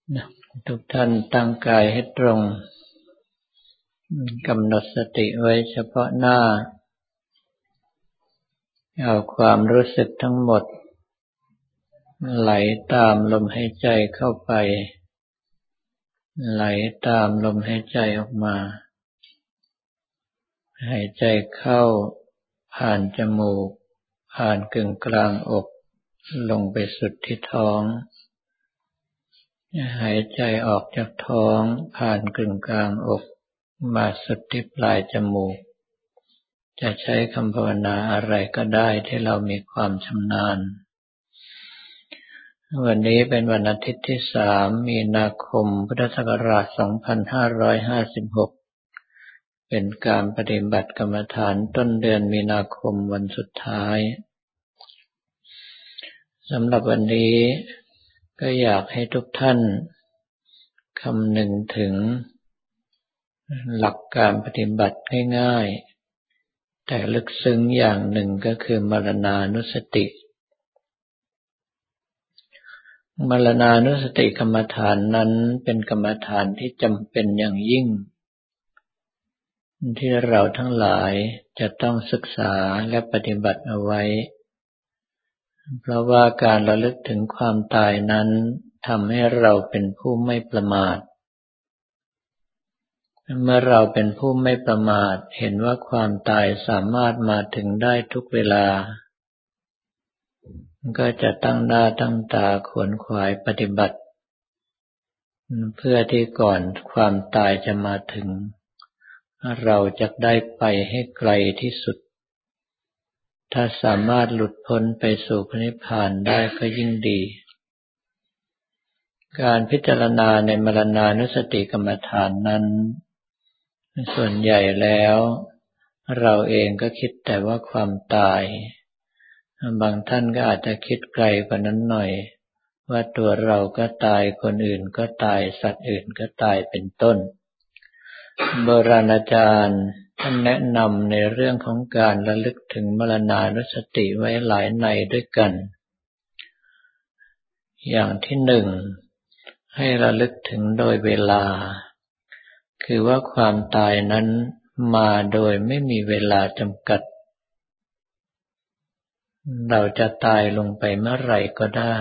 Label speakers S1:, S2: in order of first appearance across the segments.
S1: ทุกท่านตั้งกายให้ตรงกำหนดสติไว้เฉพาะหน้าเอาความรู้สึกทั้งหมดไหลตามลมหายใจเข้าไปไหลตามลมหายใจออกมาหายใจเข้าผ่านจมูกผ่านกึ่งกลางอกลงไปสุดที่ท้องหายใจออกจากท้องผ่านกึ่งกลางอกมาสุดที่ปลายจมูกจะใช้คำภาวนาอะไรก็ได้ที่เรามีความชำนาญวันนี้เป็นวันอาทิตย์ที่3 มีนาคมพุทธศักราช 2556เป็นการปฏิบัติกรรมฐานต้นเดือนมีนาคมวันสุดท้ายสำหรับวันนี้ก็อยากให้ทุกท่านคำนึงถึงหลักการปฏิบัติง่ายๆแต่ลึกซึ้งอย่างหนึ่งก็คือมรณานุสติมรณานุสติกรรมฐานนั้นเป็นกรรมฐานที่จำเป็นอย่างยิ่งที่เราทั้งหลายจะต้องศึกษาและปฏิบัติเอาไว้เพราะว่าการระลึกถึงความตายนั้นทำให้เราเป็นผู้ไม่ประมาทเมื่อเราเป็นผู้ไม่ประมาทเห็นว่าความตายสามารถมาถึงได้ทุกเวลาก็จะตั้งหน้าตั้งตาขวนขวายปฏิบัติเพื่อที่ก่อนความตายจะมาถึงเราจะได้ไปให้ไกลที่สุดถ้าสามารถหลุดพ้นไปสู่พระนิพพานได้ก็ยิ่งดีการพิจารณาในมรณานุสติกรรมฐานนั้นส่วนใหญ่แล้วเราเองก็คิดแต่ว่าความตายบางท่านก็อาจจะคิดไกลกว่านั้นหน่อยว่าตัวเราก็ตายคนอื่นก็ตายสัตว์อื่นก็ตายเป็นต้นโบราณอาจารย์ท่านแนะนำในเรื่องของการระลึกถึงมรณานุสติไว้หลายในด้วยกันอย่างที่1ให้ระลึกถึงโดยเวลาคือว่าความตายนั้นมาโดยไม่มีเวลาจำกัดเราจะตายลงไปเมื่อไหร่ก็ได้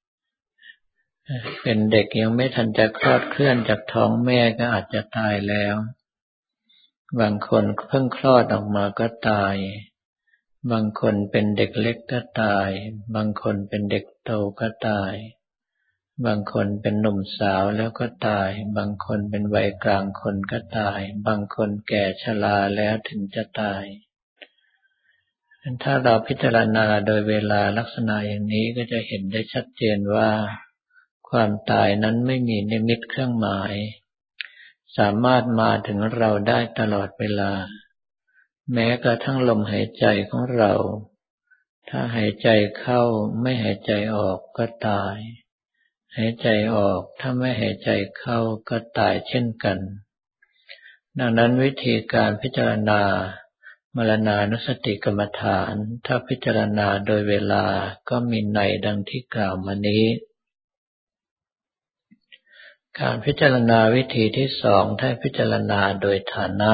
S1: เป็นเด็กยังไม่ทันจะคลอดเคลื่อนจากท้องแม่ก็อาจจะตายแล้วบางคนเพิ่งคลอดออกมาก็ตายบางคนเป็นเด็กเล็กก็ตายบางคนเป็นเด็กโตก็ตายบางคนเป็นหนุ่มสาวแล้วก็ตายบางคนเป็นวัยกลางคนก็ตายบางคนแก่ชราแล้วถึงจะตายถ้าเราพิจารณาโดยเวลาลักษณะอย่างนี้ก็จะเห็นได้ชัดเจนว่าความตายนั้นไม่มีนิมิตเครื่องหมายสามารถมาถึงเราได้ตลอดเวลาแม้กระทั่งลมหายใจของเราถ้าหายใจเข้าไม่หายใจออกก็ตายหายใจออกถ้าไม่หายใจเข้าก็ตายเช่นกันดังนั้นวิธีการพิจารณามรณานุสติกรรมฐานถ้าพิจารณาโดยเวลาก็มีในดังที่กล่าวมานี้การพิจารณาวิธีที่2ถ้าพิจารณาโดยฐานะ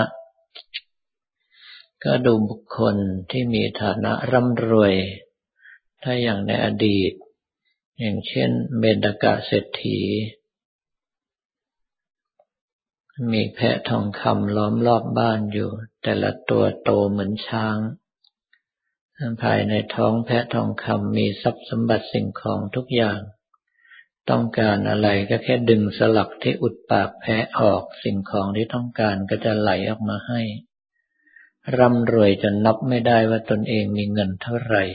S1: ก็ดูบุคคลที่มีฐานะร่ำรวยถ้าอย่างในอดีตอย่างเช่นเมฎกเศรษฐีมีแพะทองคำล้อมรอบบ้านอยู่แต่ละตัวโตเหมือนช้างภายในท้องแพะทองคำมีทรัพย์สมบัติสิ่งของทุกอย่างต้องการอะไรก็แค่ดึงสลักที่อุดปากแพะออกสิ่งของที่ต้องการก็จะไหลออกมาให้ร่ำรวยจนนับไม่ได้ว่าตนเองมีเงินเท่าไหร่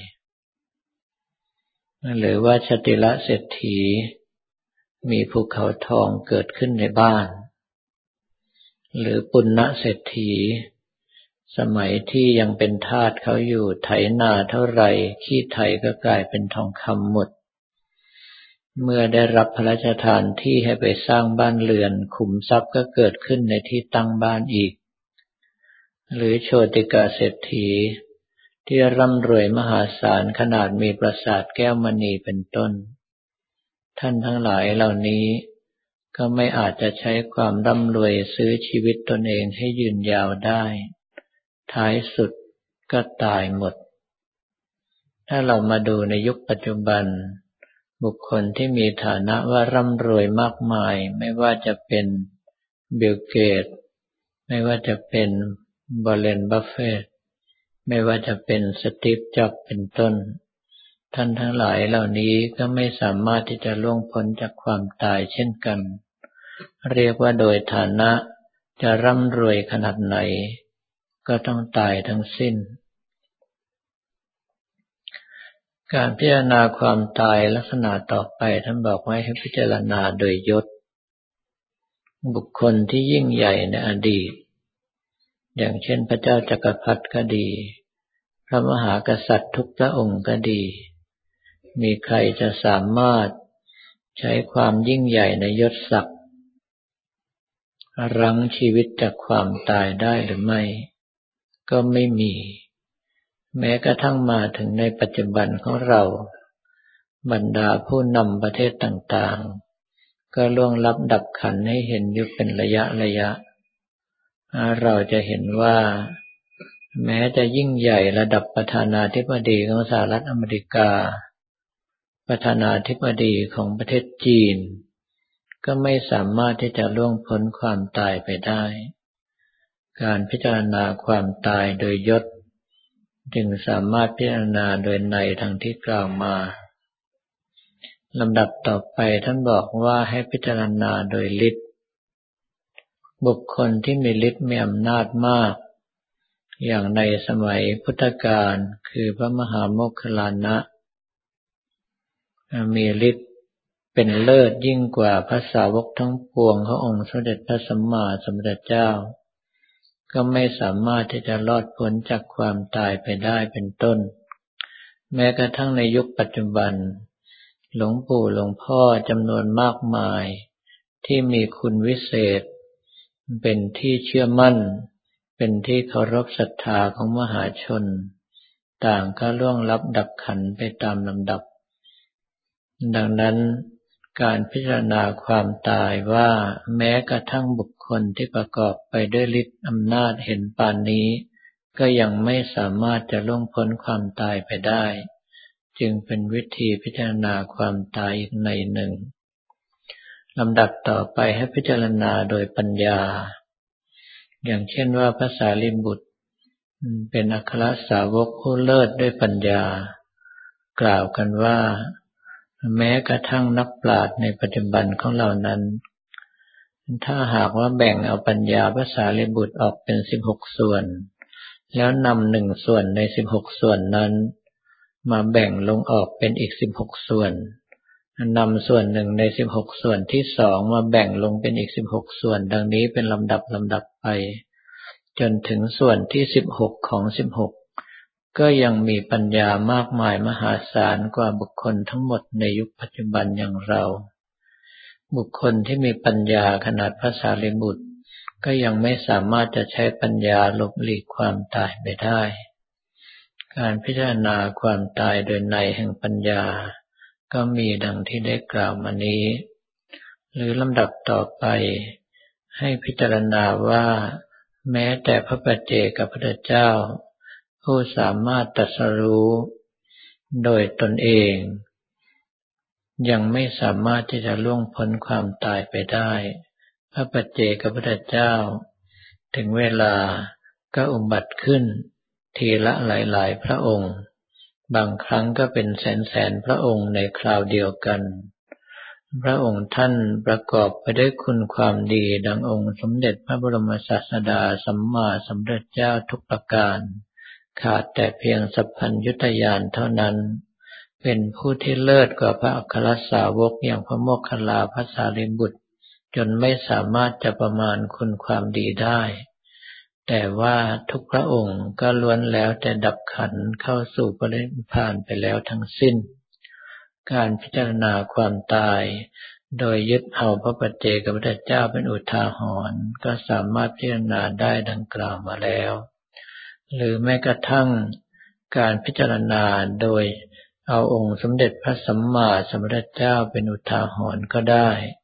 S1: หรือว่าชติละเศรษฐีมีภูเขาทองเกิดขึ้นในบ้านหรือปุณณเศรษฐีสมัยที่ยังเป็นทาสเขาอยู่ไถนาเท่าไหร่ขี้ไถก็กลายเป็นทองคำหมดเมื่อได้รับพระราชทานที่ให้ไปสร้างบ้านเรือนขุมทรัพย์ก็เกิดขึ้นในที่ตั้งบ้านอีกหรือโชติกเศรษฐีที่ร่ำรวยมหาศาลขนาดมีปราสาทแก้วมณีเป็นต้นท่านทั้งหลายเหล่านี้ก็ไม่อาจจะใช้ความร่ำรวยซื้อชีวิตตนเองให้ยืนยาวได้ท้ายสุดก็ตายหมดถ้าเรามาดูในยุคปัจจุบันบุคคลที่มีฐานะว่าร่ำรวยมากมายไม่ว่าจะเป็นบิลเกตส์ไม่ว่าจะเป็นวอร์เรน บัฟเฟตต์ไม่ว่าจะเป็นสตีฟ จ็อบส์เป็นต้นท่านทั้งหลายเหล่านี้ก็ไม่สามารถที่จะล่วงพ้นจากความตายเช่นกันเรียกว่าโดยฐานะจะร่ำรวยขนาดไหนก็ต้องตายทั้งสิ้นการพิจารณาความตายลักษณะต่อไปท่านบอกไว้ให้พิจารณาโดยยศบุคคลที่ยิ่งใหญ่ในอดีตอย่างเช่นพระเจ้าจักรพรรดิก็ดีพระมหากษัตริย์ทุกพระองค์ก็ดีมีใครจะสามารถใช้ความยิ่งใหญ่ในยศศักดิ์รั้งชีวิตจากความตายได้หรือไม่ก็ไม่มีแม้กระทั่งมาถึงในปัจจุบันของเราบรรดาผู้นำประเทศต่างๆก็ล่วงลับดับขันให้เห็นอยู่เป็นระยะเราจะเห็นว่าแม้จะยิ่งใหญ่ระดับประธานาธิบดีของสหรัฐอเมริกาประธานาธิบดีของประเทศจีนก็ไม่สามารถที่จะล่วงพ้นความตายไปได้การพิจารณาความตายโดยยศจึงสามารถพิจารณาโดยในทางที่กล่าวมาลำดับต่อไปท่านบอกว่าให้พิจารณาโดยฤทธิ์บุคคลที่มีฤทธิ์มีอำนาจมากอย่างในสมัยพุทธกาลคือพระมหาโมคคัลลานะมีฤทธิ์เป็นเลิศยิ่งกว่าพระสาวกทั้งปวงขององค์สมเด็จพระสัมมาสัมพุทธเจ้าก็ไม่สามารถที่จะรอดพ้นจากความตายไปได้เป็นต้นแม้กระทั่งในยุคปัจจุบันหลวงปู่หลวงพ่อจำนวนมากมายที่มีคุณวิเศษเป็นที่เชื่อมั่นเป็นที่เคารพศรัทธาของมหาชนต่างก็ล่วงลับดับขันไปตามลำดับดังนั้นการพิจารณาความตายว่าแม้กระทั่งบุคคลที่ประกอบไปด้วยฤทธิ์อำนาจเห็นปานนี้ก็ยังไม่สามารถจะล่วงพ้นความตายไปได้จึงเป็นวิธีพิจารณาความตายอีกในหนึ่งลำดับต่อไปให้พิจารณาโดยปัญญาอย่างเช่นว่าพระสารีบุตรเป็นอัครสาวกผู้เลิศด้วยปัญญากล่าวกันว่าแม้กระทั่งนักปราชญ์ในปัจจุบันของเรานั้นถ้าหากว่าแบ่งเอาปัญญาพระสารีบุตรออกเป็น16ส่วนแล้วนำ1ส่วนใน16ส่วนนั้นมาแบ่งลงออกเป็นอีก16ส่วนนำส่วนหนึ่งใน16ส่วนที่2มาแบ่งลงเป็นอีก16ส่วนดังนี้เป็นลำดับไปจนถึงส่วนที่16ของ16ก็ยังมีปัญญามากมายมหาศาลกว่าบุคคลทั้งหมดในยุคปัจจุบันอย่างเราบุคคลที่มีปัญญาขนาดพระสารีบุตรก็ยังไม่สามารถจะใช้ปัญญาหลบหลีกความตายไปได้การพิจารณาความตายโดยในแห่งปัญญาก็มีดังที่ได้กล่าวมานี้หรือลำดับต่อไปให้พิจารณาว่าแม้แต่พระปัจเจกพุทธเจ้าผู้สามารถตรัสรู้โดยตนเองยังไม่สามารถที่จะล่วงพ้นความตายไปได้พระปัจเจกพุทธเจ้าถึงเวลาก็อุบัติขึ้นทีละหลายๆพระองค์บางครั้งก็เป็นแสนๆพระองค์ในคราวเดียวกันพระองค์ท่านประกอบไปด้วยคุณความดีดังองค์สมเด็จพระบรมศาสดาสัมมาสัมพุทธเจ้าทุกประการขาดแต่เพียงสัพพัญญุตญาณเท่านั้นเป็นผู้ที่เลิศกว่าพระอัครสาวกอย่างพระโมคคัลลาภสารีบุตรจนไม่สามารถจะประมาณคุณความดีได้แต่ว่าทุกพระองค์ก็ล้วนแล้วแต่ดับขันธ์เข้าสู่ปรินิพพานไปแล้วทั้งสิ้นการพิจารณาความตายโดยยึดเอาพระปัจเจกพุทธเจ้าเป็นอุทาหรณ์ก็สามารถพิจารณาได้ดังกล่าวมาแล้วหรือแม้กระทั่งการพิจารณาโดยเอาองค์สมเด็จพระสัมมาสัมพุทธเจ้าเป็นอุทาหรณ์ก็ได้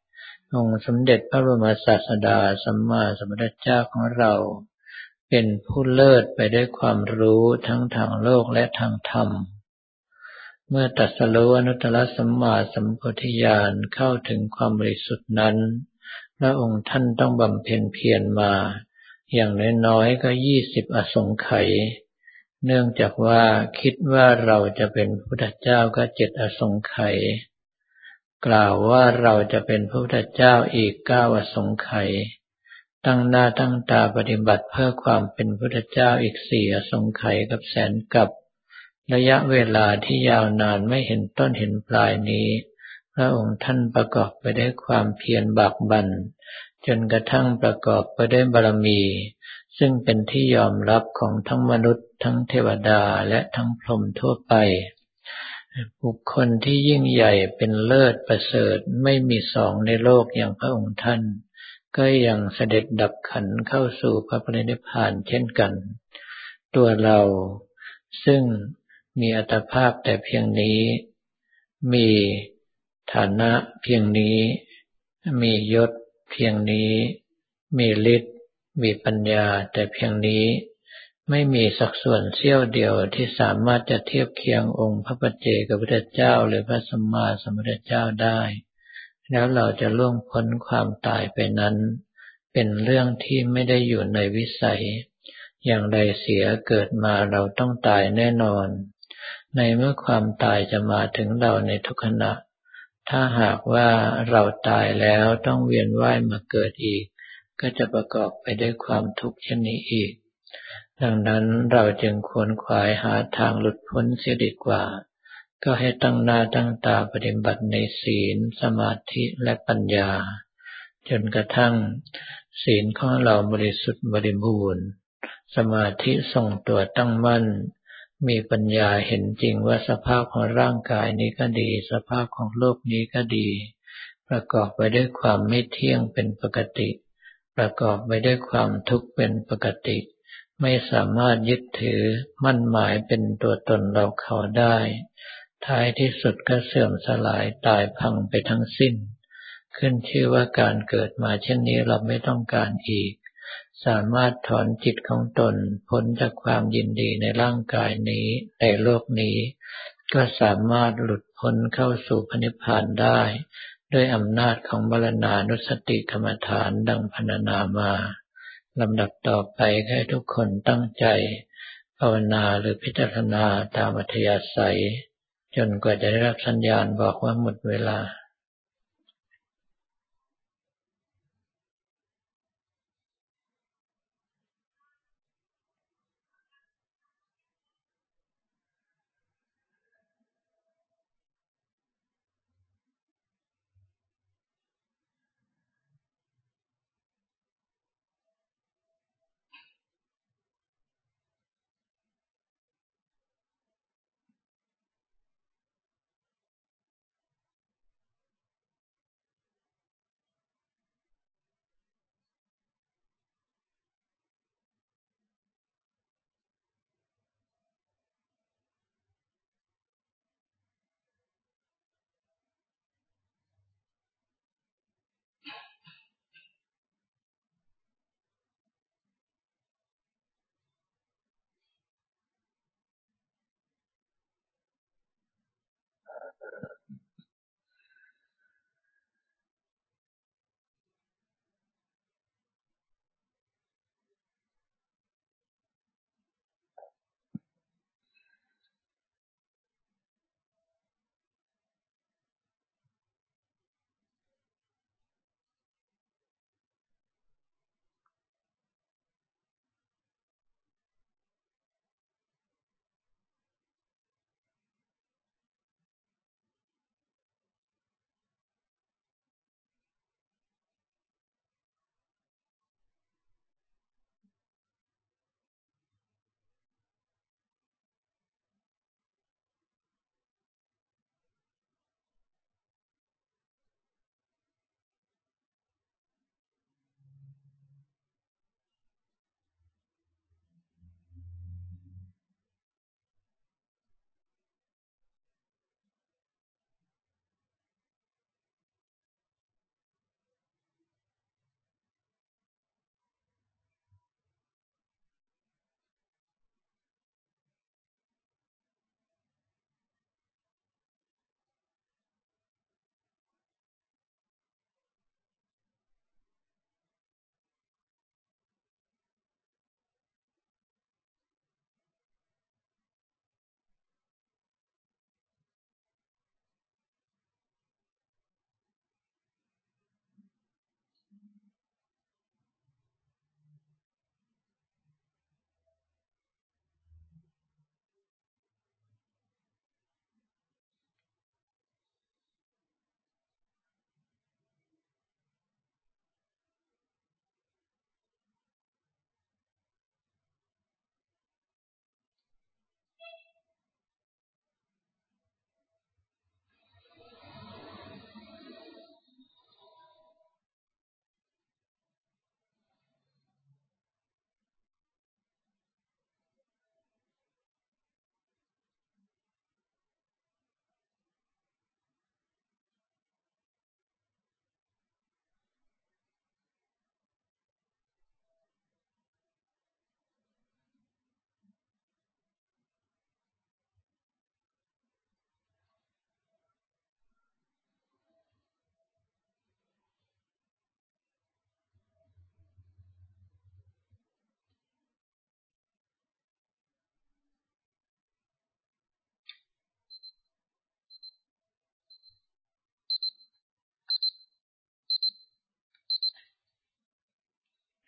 S1: องค์สมเด็จพระบรมศาสดาสัมมาสัมพุทธเจ้าของเราเป็นผู้เลิศไปด้วยความรู้ทั้งทางโลกและทางธรรมเมื่อตรัสรู้อนุตตรสัมมาสัมโพธิญาณเข้าถึงความบริสุทธิ์นั้นพระองค์ท่านต้องบำเพ็ญเพียรมาอย่างน้อยๆก็20อสงไขยเนื่องจากว่าคิดว่าเราจะเป็นพระพุทธเจ้าก็7อสงไขยกล่าวว่าเราจะเป็นพระพุทธเจ้าอีก9อสงไขยตั้งหน้าตั้งตาปฏิบัติเพื่อความเป็นพระพุทธเจ้าอีก4อสงไขยกับแสนกับระยะเวลาที่ยาวนานไม่เห็นต้นเห็นปลายนี้พระองค์ท่านประกอบไปด้วยความเพียรบากบั่นจนกระทั่งประกอบไปด้วยบารมีซึ่งเป็นที่ยอมรับของทั้งมนุษย์ทั้งเทวดาและทั้งพรหมทั่วไปบุคคลที่ยิ่งใหญ่เป็นเลิศประเสริฐไม่มีสองในโลกอย่างพระองค์ท่านก็ยังเสด็จดับขันธ์เข้าสู่พระปรินิพพานเช่นกันตัวเราซึ่งมีอัตภาพแต่เพียงนี้มีฐานะเพียงนี้มียศเพียงนี้มีฤทธิ์มีปัญญาแต่เพียงนี้ไม่มีสักส่วนเสี้ยวเดียวที่สามารถจะเทียบเคียงองค์พระปัจเจกพุทธเจ้าหรือพระสัมมาสัมพุทธเจ้าได้แล้วเราจะล่วงพ้นความตายไปนั้นเป็นเรื่องที่ไม่ได้อยู่ในวิสัยอย่างใดเสียเกิดมาเราต้องตายแน่นอนในเมื่อความตายจะมาถึงเราในทุกขณะถ้าหากว่าเราตายแล้วต้องเวียนว่ายมาเกิดอีกก็จะประกอบไปด้วยความทุกข์เช่นนี้อีกดังนั้นเราจึงควรขวายหาทางหลุดพ้นเสียดีกว่าก็ให้ตั้งหน้าตั้งตาปฏิบัติในศีลสมาธิและปัญญาจนกระทั่งศีลของเราบริสุทธิ์บริบูรณ์สมาธิทรงตัวตั้งมั่นมีปัญญาเห็นจริงว่าสภาพของร่างกายนี้ก็ดีสภาพของโลกนี้ก็ดีประกอบไปด้วยความไม่เที่ยงเป็นปกติประกอบไปด้วยความทุกข์เป็นปกติไม่สามารถยึดถือมั่นหมายเป็นตัวตนเราเขาได้ท้ายที่สุดก็เสื่อมสลายตายพังไปทั้งสิ้นขึ้นชื่อว่าการเกิดมาเช่นนี้เราไม่ต้องการอีกสามารถถอนจิตของตนพ้นจากความยินดีในร่างกายนี้ในโลกนี้ก็สามารถหลุดพ้นเข้าสู่พระนิพพานได้ด้วยอำนาจของมรณานุสติกรรมฐานดังพรรณนามาลำดับต่อไปให้ทุกคนตั้งใจภาวนาหรือพิจารณาตามอัธยาศัยจนกว่าจะได้รับสัญญาณบอกว่าหมดเวลา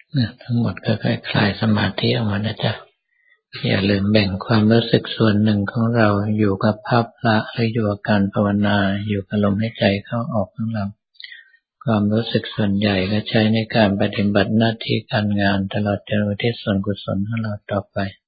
S1: ทั้งหมดก็คล้ายๆสมาธิออกมานะจ๊ะอย่าลืมแบ่งความรู้สึกส่วนหนึ่งของเราอยู่กับภาพพระหรืออยู่กับการภาวนาอยู่กับลมหายใจเข้าออกของเราความรู้สึกส่วนใหญ่ก็ใช้ในการปฏิบัติหน้าที่การงานตลอดจนอุทิศส่วนกุศลของเราต่อไป